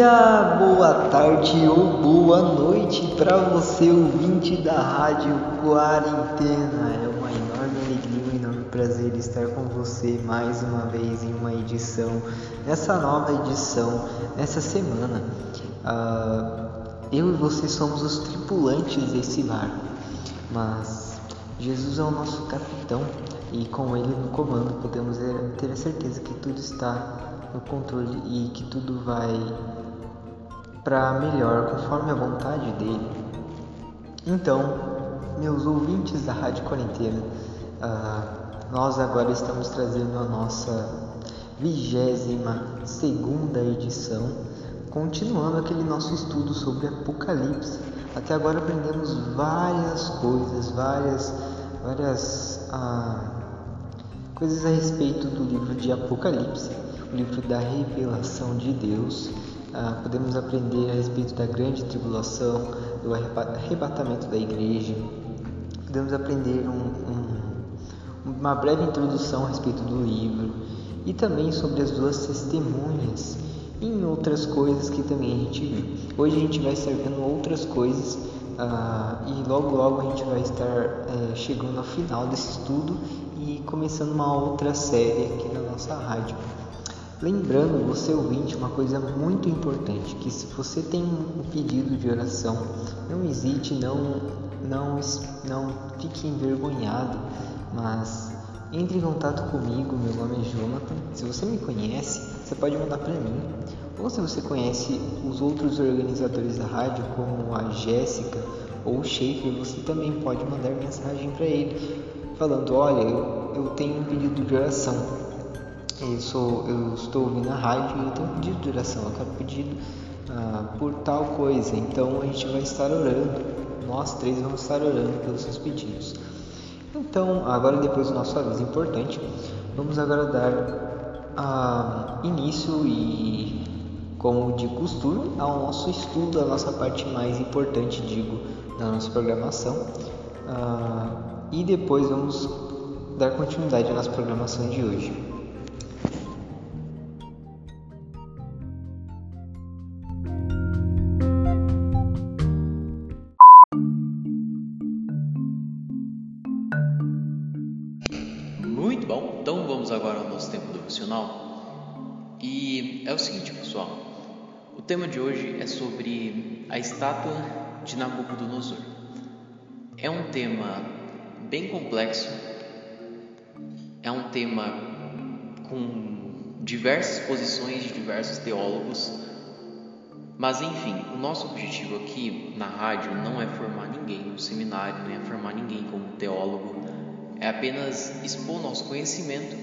dia, boa tarde ou boa noite para você, ouvinte da Rádio Quarentena. É uma enorme alegria, um enorme prazer estar com você mais uma vez em uma edição, nessa nova edição, nessa semana. Eu e você somos os tripulantes desse barco, mas Jesus é o nosso capitão e com ele no comando podemos ter a certeza que tudo está no controle e que tudo vai para melhor conforme a vontade dele. Então, meus ouvintes da Rádio Quarentena, nós agora estamos trazendo a nossa 22ª edição, continuando aquele nosso estudo sobre Apocalipse. Até agora aprendemos várias coisas, várias coisas a respeito do livro de Apocalipse, o livro da revelação de Deus. Podemos aprender a respeito da grande tribulação, do arrebatamento da igreja. Podemos aprender uma breve introdução a respeito do livro e também sobre as duas testemunhas e em outras coisas que também a gente viu. Hoje a gente vai estar vendo outras coisas e logo a gente vai estar chegando ao final desse estudo e começando uma outra série aqui na nossa rádio. Lembrando, você ouvinte, uma coisa muito importante, que se você tem um pedido de oração, não hesite, não fique envergonhado, mas entre em contato comigo. Meu nome é Jonathan. Se você me conhece, você pode mandar para mim, ou se você conhece os outros organizadores da rádio, como a Jéssica ou o Schaefer, você também pode mandar mensagem para ele, falando: olha, eu tenho um pedido de oração. Eu estou ouvindo a rádio e eu tenho um pedido de oração, eu quero pedir por tal coisa. Então a gente vai estar orando, nós três vamos estar orando pelos seus pedidos. Então, agora, depois do nosso aviso importante, vamos agora dar início e, como de costume, ao nosso estudo, a nossa parte mais importante, da nossa programação. E depois vamos dar continuidade à nossa programação de hoje. Muito bom, então vamos agora ao nosso tempo devocional. E é o seguinte, pessoal, o tema de hoje é sobre a estátua de Nabucodonosor. É um tema bem complexo, é um tema com diversas posições de diversos teólogos, mas enfim, o nosso objetivo aqui na rádio não é formar ninguém no seminário, nem é formar ninguém como teólogo, é apenas expor nosso conhecimento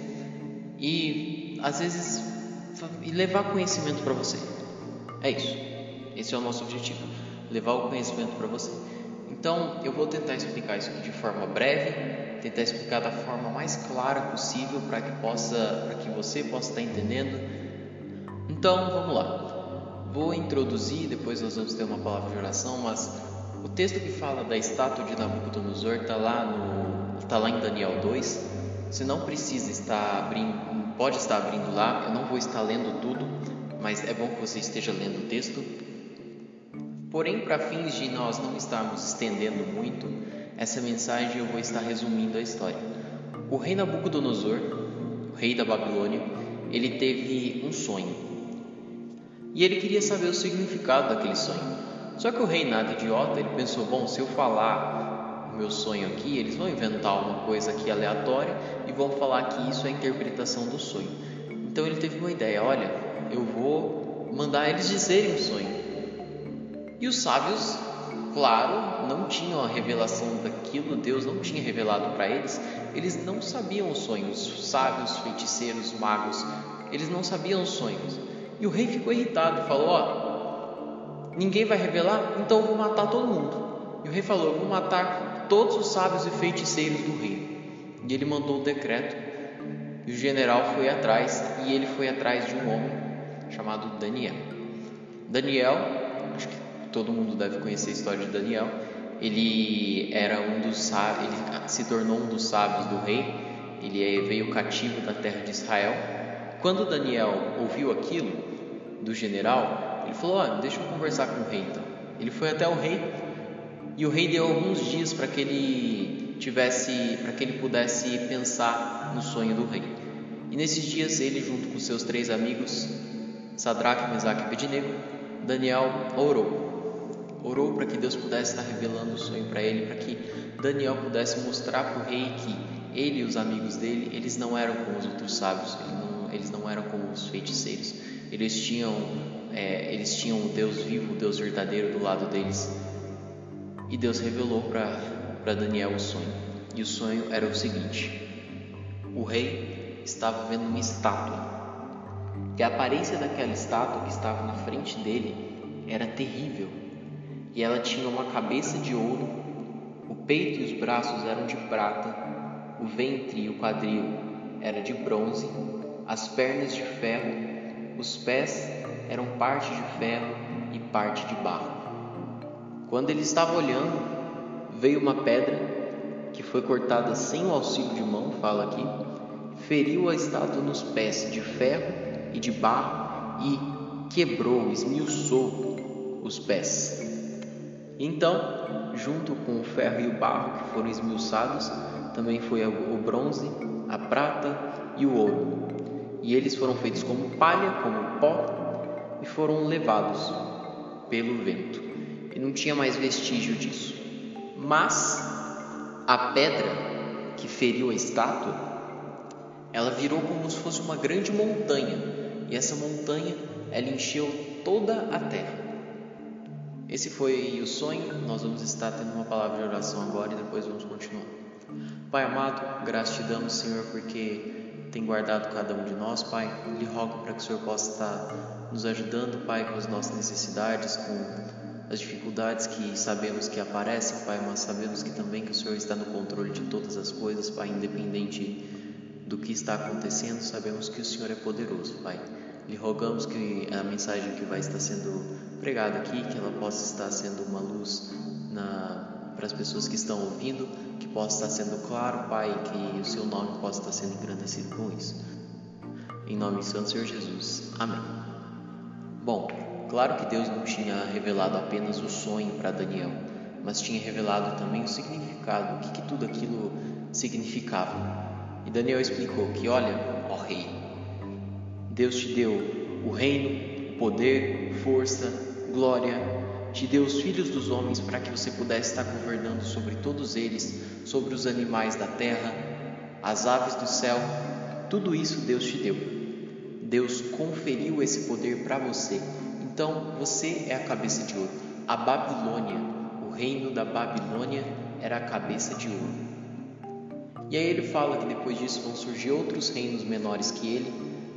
e às vezes levar conhecimento para você. É isso, esse é o nosso objetivo, levar o conhecimento para você. Então eu vou tentar explicar isso aqui de forma breve, tentar explicar da forma mais clara possível para que você possa estar entendendo. Então vamos lá, vou introduzir, depois nós vamos ter uma palavra de oração, mas o texto que fala da estátua de Nabucodonosor está lá em Daniel 2. Você não precisa estar abrindo, pode estar abrindo lá, eu não vou estar lendo tudo, mas é bom que você esteja lendo o texto. Porém, para fins de nós não estarmos estendendo muito essa mensagem, eu vou estar resumindo a história. O rei Nabucodonosor, o rei da Babilônia, ele teve um sonho e ele queria saber o significado daquele sonho. Só que o rei, nada idiota, ele pensou: bom, se eu falar o meu sonho aqui, eles vão inventar uma coisa aqui aleatória e vão falar que isso é a interpretação do sonho. Então ele teve uma ideia: olha, eu vou mandar eles dizerem o sonho. E os sábios, claro, não tinham a revelação daquilo, Deus não tinha revelado para eles, eles não sabiam os sonhos. Os sábios, feiticeiros, magos, eles não sabiam os sonhos. E o rei ficou irritado e falou: ninguém vai revelar? Então eu vou matar todo mundo. E o rei falou: eu vou matar todos os sábios e feiticeiros do reino. E ele mandou o decreto, e o general foi atrás, e ele foi atrás de um homem chamado Daniel. Daniel, acho que todo mundo deve conhecer a história de Daniel. Ele era ele se tornou um dos sábios do rei. Ele veio cativo da terra de Israel. Quando Daniel ouviu aquilo do general, Ele falou: deixa eu conversar com o rei então. Ele foi até o rei e o rei deu alguns dias para que ele pudesse pensar no sonho do rei. E nesses dias ele, junto com seus 3 amigos, Sadraque, Mesaque e Abednego, Daniel orou para que Deus pudesse estar revelando o sonho para ele, para que Daniel pudesse mostrar para o rei que ele e os amigos dele, eles não eram como os outros sábios, eles não eram como os feiticeiros. Eles tinham o Deus vivo, o Deus verdadeiro do lado deles. E Deus revelou para Daniel o sonho. E o sonho era o seguinte: o rei estava vendo uma estátua, e a aparência daquela estátua que estava na frente dele era terrível. E ela tinha uma cabeça de ouro, o peito e os braços eram de prata, o ventre e o quadril era de bronze, as pernas de ferro, os pés eram parte de ferro e parte de barro. Quando ele estava olhando, veio uma pedra que foi cortada sem o auxílio de mão, fala aqui, feriu a estátua nos pés de ferro e de barro e quebrou, esmiuçou os pés. Então, junto com o ferro e o barro que foram esmiuçados, também foi o bronze, a prata e o ouro. E eles foram feitos como palha, como pó, e foram levados pelo vento. E não tinha mais vestígio disso. Mas a pedra que feriu a estátua, ela virou como se fosse uma grande montanha. E essa montanha, ela encheu toda a terra. Esse foi o sonho. Nós vamos estar tendo uma palavra de oração agora e depois vamos continuar. Pai amado, graças te damos, Senhor, porque tem guardado cada um de nós, Pai. Lhe rogo para que o Senhor possa estar nos ajudando, Pai, com as nossas necessidades, com as dificuldades que sabemos que aparecem, Pai, mas sabemos que também que o Senhor está no controle de todas as coisas, Pai, independente do que está acontecendo, sabemos que o Senhor é poderoso, Pai. Lhe rogamos que a mensagem que vai estar sendo pregada aqui, que ela possa estar sendo uma luz para as pessoas que estão ouvindo, que possa estar sendo claro, Pai, que o seu nome possa estar sendo engrandecido com isso. Em nome do Santo Senhor Jesus. Amém. Bom, claro que Deus não tinha revelado apenas o sonho para Daniel, mas tinha revelado também o significado, o que tudo aquilo significava. E Daniel explicou que, olha, ó rei, Deus te deu o reino, o poder, força, glória, te deu os filhos dos homens para que você pudesse estar governando sobre todos eles, sobre os animais da terra, as aves do céu, tudo isso Deus te deu. Deus conferiu esse poder para você. Então você é a cabeça de ouro. A Babilônia, o reino da Babilônia era a cabeça de ouro. E aí ele fala que depois disso vão surgir outros reinos menores que ele,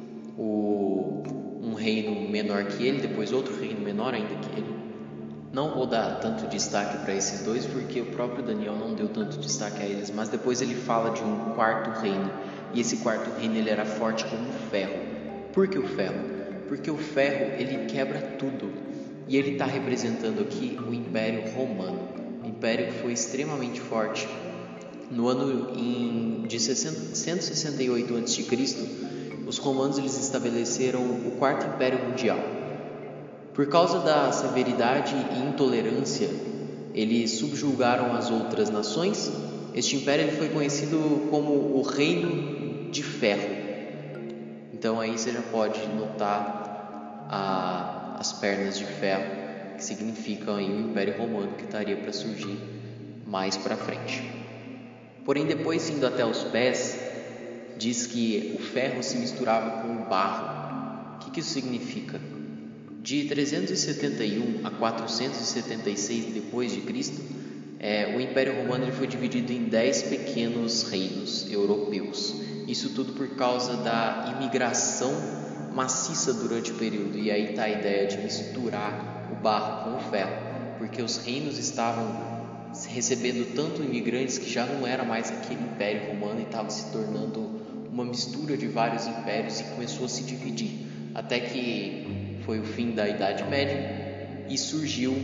um reino menor que ele, depois outro reino menor ainda que ele. Não vou dar tanto destaque para esses dois, porque o próprio Daniel não deu tanto destaque a eles, mas depois ele fala de um quarto reino, e esse quarto reino ele era forte como o ferro. Por que o ferro? Porque o ferro ele quebra tudo, e ele está representando aqui o Império Romano, um império que foi extremamente forte. No ano de 168 a.C., os romanos eles estabeleceram o Quarto Império Mundial. Por causa da severidade e intolerância, eles subjugaram as outras nações. Este império ele foi conhecido como o Reino de Ferro. Então aí você já pode notar as pernas de ferro, que significam aí o Império Romano que estaria para surgir mais para frente. Porém, depois indo até os pés, diz que o ferro se misturava com o barro. O que isso significa? De 371 a 476 depois de Cristo, o Império Romano ele foi dividido em 10 pequenos reinos europeus. Isso tudo por causa da imigração maciça durante o período. E aí está a ideia de misturar o barro com o ferro, porque os reinos estavam recebendo tanto imigrantes que já não era mais aquele Império Romano e estava se tornando uma mistura de vários impérios e começou a se dividir, até que foi o fim da Idade Média e surgiram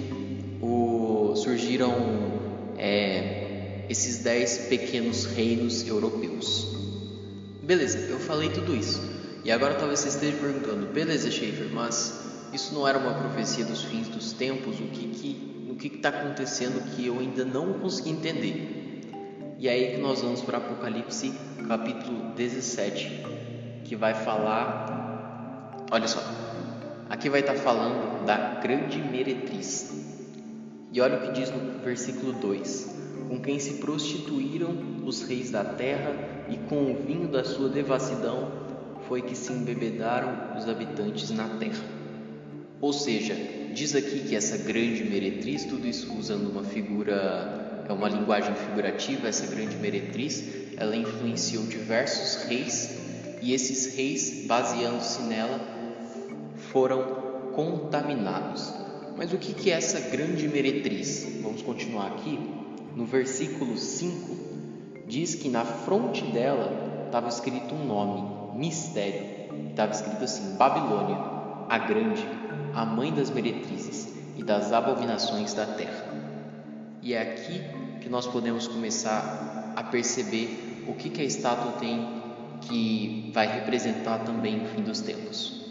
esses 10 pequenos reinos europeus. Beleza, eu falei tudo isso e agora talvez você esteja perguntando, beleza, Schaefer, mas isso não era uma profecia dos fins dos tempos? O que está acontecendo que eu ainda não consegui entender? E aí que nós vamos para Apocalipse capítulo 17, que vai falar, olha só, aqui vai estar falando da grande meretriz. E olha o que diz no versículo 2: com quem se prostituíram os reis da terra, e com o vinho da sua devassidão foi que se embebedaram os habitantes na terra. Ou seja, diz aqui que essa grande meretriz, tudo isso usando uma figura, é uma linguagem figurativa, essa grande meretriz, ela influenciou diversos reis, e esses reis, baseando-se nela, foram contaminados. Mas o que é essa grande meretriz? Vamos continuar aqui. No versículo 5, diz que na fronte dela estava escrito um nome, mistério. Estava escrito assim: Babilônia, a grande, a mãe das meretrizes e das abominações da terra. E é aqui que nós podemos começar a perceber o que a estátua tem, que vai representar também o fim dos tempos.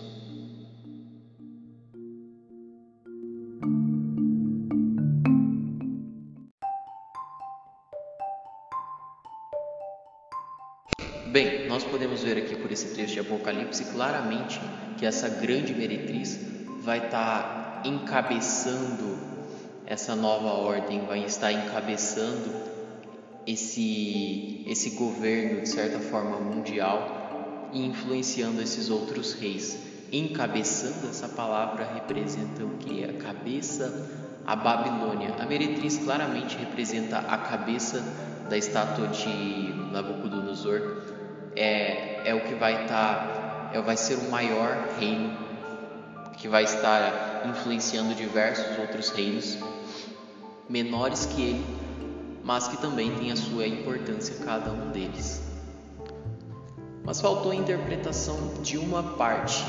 Bem, nós podemos ver aqui por esse trecho de Apocalipse claramente que essa grande meretriz vai estar encabeçando essa nova ordem, vai estar encabeçando esse governo de certa forma mundial e influenciando esses outros reis. Encabeçando, essa palavra representa o que? A cabeça, a Babilônia. A meretriz claramente representa a cabeça da estátua de Nabucodonosor. É o que vai ser o maior reino, que vai estar influenciando diversos outros reinos menores que ele, mas que também tem a sua importância cada um deles. Mas faltou a interpretação de uma parte,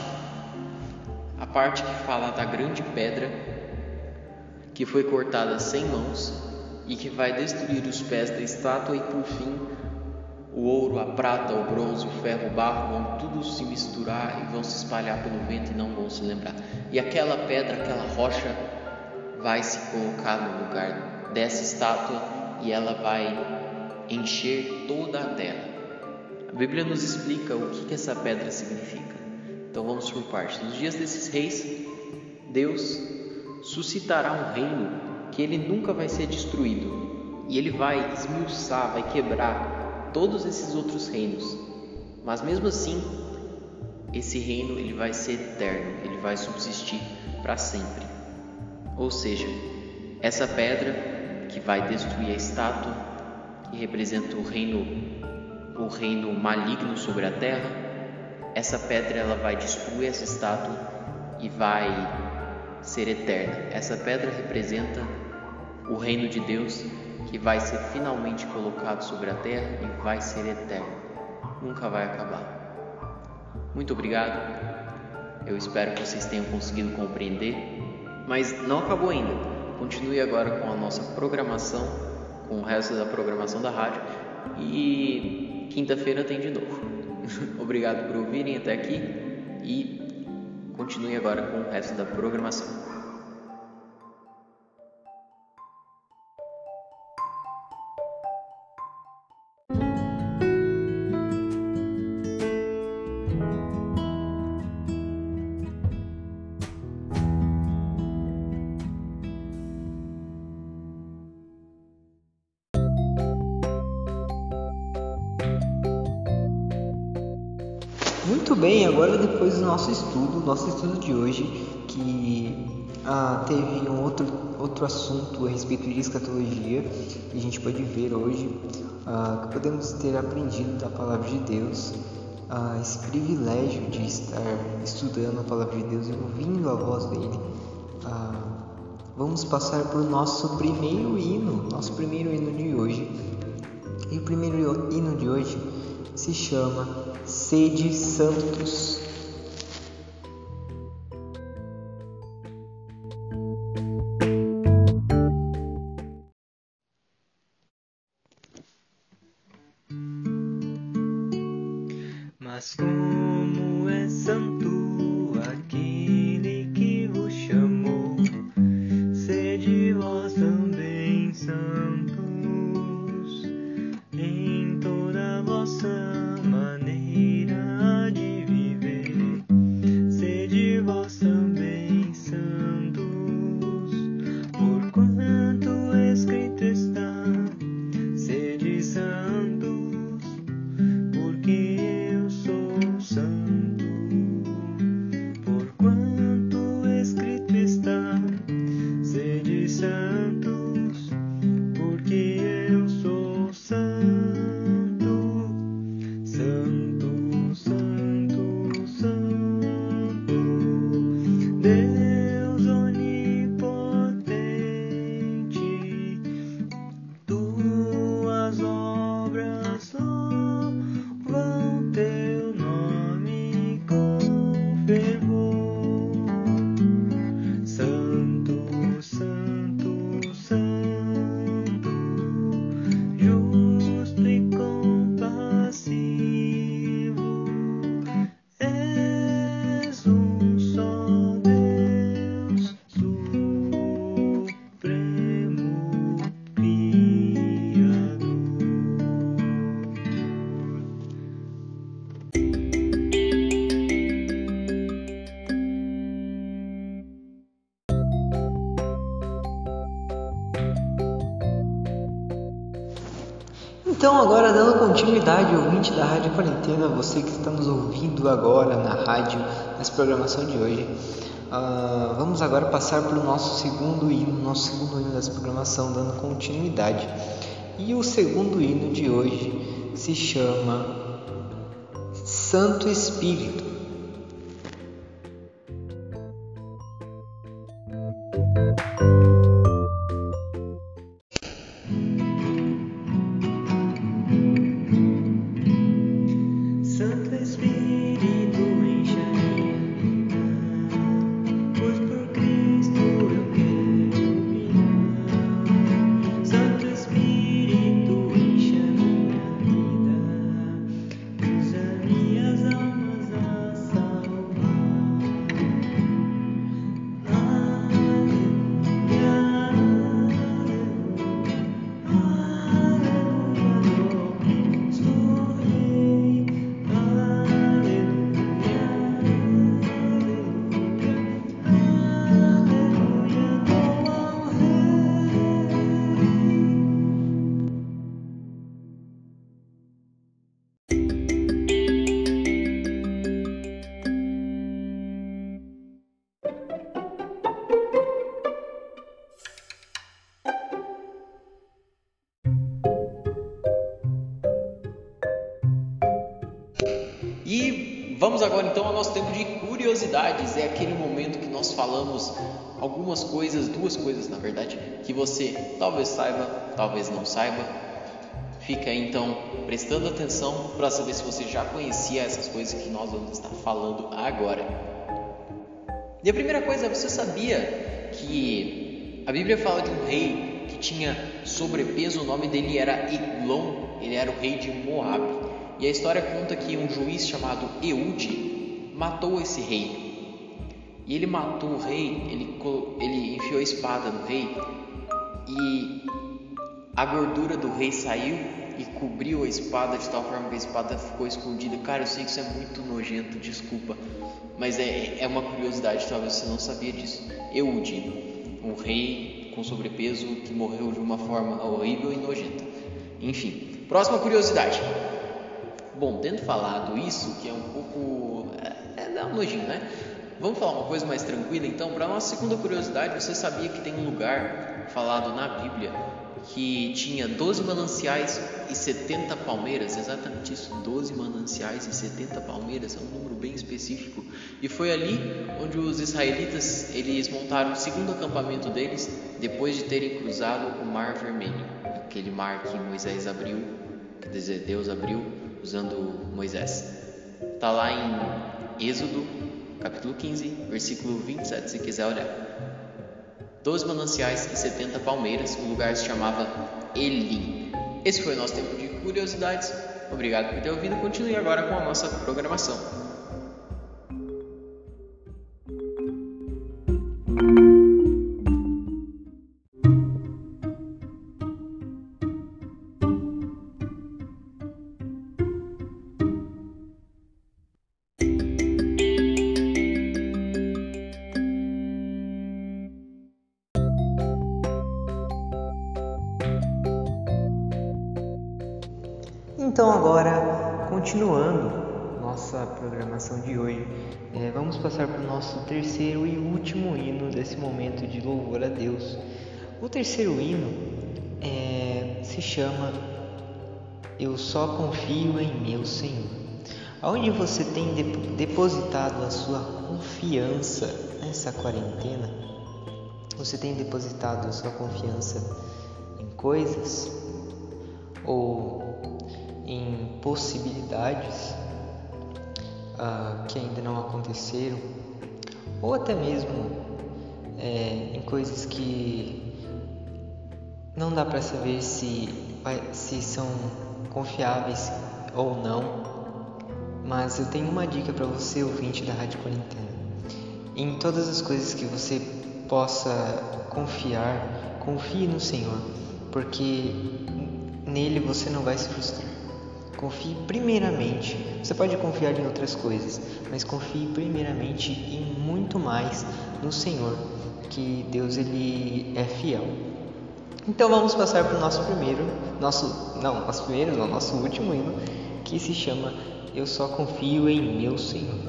a parte que fala da grande pedra que foi cortada sem mãos e que vai destruir os pés da estátua, e por fim o ouro, a prata, o bronze, o ferro, o barro vão tudo se misturar e vão se espalhar pelo vento e não vão se lembrar. E aquela pedra, aquela rocha vai se colocar no lugar dessa estátua e ela vai encher toda a terra. A Bíblia nos explica o que essa pedra significa. Então vamos por partes. Nos dias desses reis, Deus suscitará um reino que ele nunca vai ser destruído, e ele vai esmiuçar, vai quebrar todos esses outros reinos, mas mesmo assim esse reino ele vai ser eterno, ele vai subsistir para sempre. Ou seja, essa pedra que vai destruir a estátua, que representa o reino maligno sobre a terra, essa pedra ela vai destruir essa estátua e vai ser eterna. Essa pedra representa o reino de Deus, que vai ser finalmente colocado sobre a terra e vai ser eterno, nunca vai acabar. Muito obrigado, eu espero que vocês tenham conseguido compreender, mas não acabou ainda. Continue agora com a nossa programação, com o resto da programação da rádio, e quinta-feira tem de novo. Obrigado por ouvirem até aqui e continue agora com o resto da programação. Muito bem, agora depois do nosso estudo de hoje, que teve um outro assunto a respeito de escatologia, que a gente pode ver hoje, que podemos ter aprendido da Palavra de Deus, esse privilégio de estar estudando a Palavra de Deus e ouvindo a voz dele. Vamos passar para o nosso primeiro hino de hoje. E o primeiro hino de hoje se chama Sede Santos. Mas como é santo aquele que santos em toda vossa maneira de viver. Sede vós também santos, porquanto escrito está. Sede santos, porque eu sou santo. Porquanto escrito está. Sede santos, porque eu sou santo. Santo, santo, santo, Deus onipotente, tuas obras louvam teu nome com fervor. Santo, santo, santo, justo e compassivo, és um só Deus, supremo Criador. Então, agora dando continuidade, ouvinte da Rádio Quarentena, você que está nos ouvindo agora na rádio, nessa programação de hoje, vamos agora passar para o nosso segundo hino dessa programação, dando continuidade. E o segundo hino de hoje se chama Santo Espírito. Santo Espírito, enche a minha vida, pois por Cristo eu quero viver. Santo Espírito, enche a minha vida, usa minhas almas a salvar. Aleluia, aleluia, aleluia, Cristo Rei. E vamos agora então ao nosso tempo de curiosidades. É aquele momento que nós falamos algumas coisas, duas coisas na verdade, que você talvez saiba, talvez não saiba. Fica aí então prestando atenção para saber se você já conhecia essas coisas que nós vamos estar falando agora. E a primeira coisa, você sabia que a Bíblia fala de um rei que tinha sobrepeso? O nome dele era Eglon, ele era o rei de Moabe. E a história conta que um juiz chamado Eude matou esse rei. E ele matou o rei, ele enfiou a espada no rei e a gordura do rei saiu e cobriu a espada de tal forma que a espada ficou escondida. Cara, eu sei que isso é muito nojento, desculpa, mas é uma curiosidade, talvez você não sabia disso. Eude, um rei com sobrepeso que morreu de uma forma horrível e nojenta. Enfim, próxima curiosidade. Bom, tendo falado isso, que é um pouco... dá um nojinho, né? Vamos falar uma coisa mais tranquila então. Para a nossa segunda curiosidade, você sabia que tem um lugar falado na Bíblia que tinha 12 mananciais e 70 palmeiras? Exatamente isso, 12 mananciais e 70 palmeiras, é um número bem específico. E foi ali onde os israelitas, eles montaram o segundo acampamento deles, depois de terem cruzado o Mar Vermelho, aquele mar que Moisés abriu, quer dizer, Deus abriu usando Moisés. Está lá em Êxodo, capítulo 15, versículo 27, se quiser olhar. 12 mananciais e 70 palmeiras, o lugar se chamava Elim. Esse foi o nosso tempo de curiosidades. Obrigado por ter ouvido. Continue agora com a nossa programação. Então agora, continuando nossa programação de hoje, vamos passar para o nosso terceiro e último hino desse momento de louvor a Deus. O terceiro hino se chama Eu Só Confio em Meu Senhor. Aonde você tem depositado a sua confiança nessa quarentena? Você tem depositado a sua confiança em coisas ou em possibilidades que ainda não aconteceram, ou até mesmo em coisas que não dá para saber se são confiáveis ou não. Mas eu tenho uma dica para você, ouvinte da Rádio Quarentena. Em todas as coisas que você possa confiar, confie no Senhor, porque nele você não vai se frustrar. Confie primeiramente, você pode confiar em outras coisas, mas confie primeiramente e muito mais no Senhor, que Deus ele é fiel. Então vamos passar para o nosso último hino, que se chama Eu Só Confio em Meu Senhor.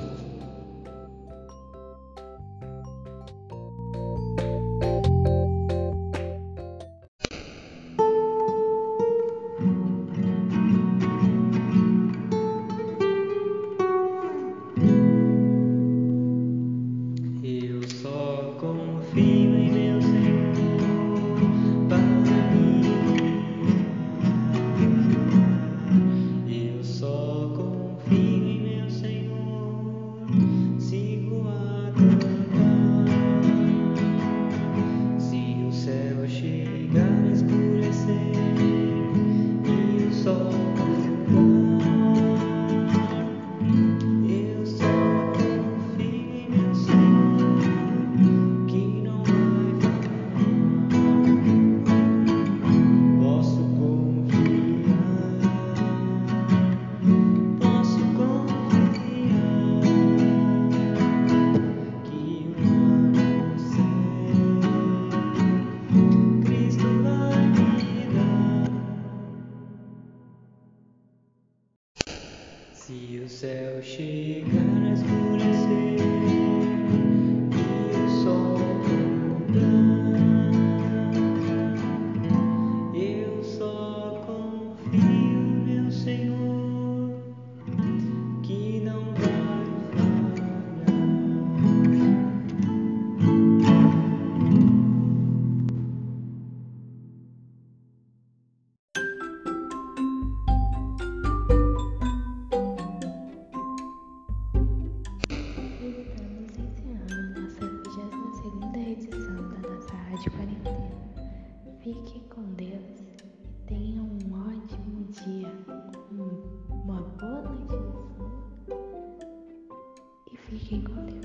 Se o céu chegar a escurecer e o sol nublar, eu só confio, meu Senhor, que não vai falhar. Rádio Quarentena. Fique com Deus e tenha um ótimo dia, uma boa noite de sono e fiquem com Deus.